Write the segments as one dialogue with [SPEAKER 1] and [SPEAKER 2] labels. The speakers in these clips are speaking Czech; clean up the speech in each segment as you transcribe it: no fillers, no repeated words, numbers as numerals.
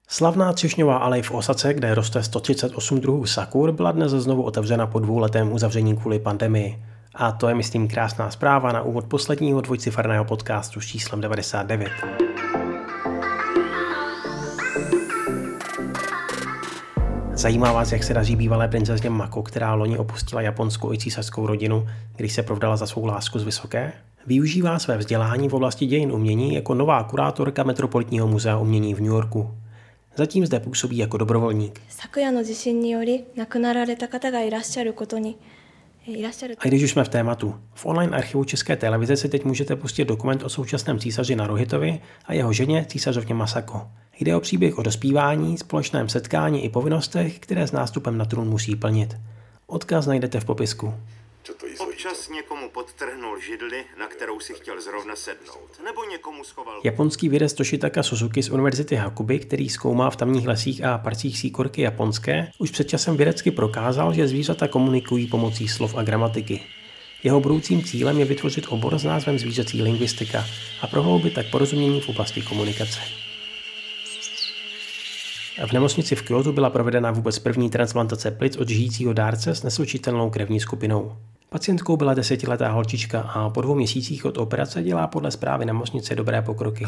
[SPEAKER 1] Slavná třešňová alej v Osace, kde roste 138 druhů sakur, byla dnes znovu otevřena po 2letém uzavření kvůli pandemii. A to je, myslím, krásná zpráva na úvod posledního dvojciferného podcastu s číslem 99. Zajímá vás, jak se daří bývalé princezně Mako, která loni opustila japonskou i císařskou rodinu, když se provdala za svou lásku z Vysoké? Využívá své vzdělání v oblasti dějin umění jako nová kurátorka Metropolitního muzea umění v New Yorku. Zatím zde působí jako dobrovolník. A když už jsme v tématu, v online archivu České televize si teď můžete pustit dokument o současném císaři Naruhitovi a jeho ženě císařovně Masako. Jde o příběh o dospívání, společném setkání i povinnostech, které s nástupem na trůn musí plnit. Odkaz najdete v popisku.
[SPEAKER 2] Občas někomu podtrhnul židli, na kterou si chtěl zrovna sednout, nebo někomu schoval...
[SPEAKER 1] Japonský vědec Toshitaka Suzuki z Univerzity Hakubi, který zkoumá v tamních lesích a parcích síkorky japonské, už před časem vědecky prokázal, že zvířata komunikují pomocí slov a gramatiky. Jeho budoucím cílem je vytvořit obor s názvem zvířecí lingvistika a prohloubit tak porozumění v oblasti komunikace. V nemocnici v Kjótu byla provedena vůbec první transplantace plic od žijícího dárce s neslučitelnou krevní skupinou. Pacientkou byla 10letá holčička a po 2 měsících od operace dělá podle zprávy nemocnice dobré pokroky.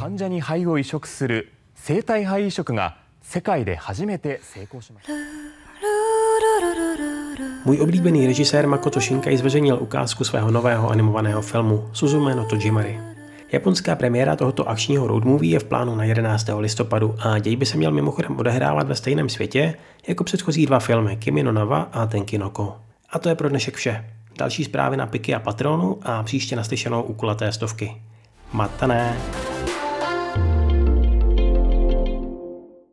[SPEAKER 1] Můj oblíbený režisér Makoto Shinkai zveřejnil ukázku svého nového animovaného filmu Suzume no Tojimari. Japonská premiéra tohoto akčního road movie je v plánu na 11. listopadu a děj by se měl mimochodem odehrávat ve stejném světě jako předchozí 2 filmy Kimi no Nawa a Tenki no Ko. A to je pro dnešek vše. Další zprávy na Piky a Patronu a příště naslyšenou u kulaté stovky. Matané!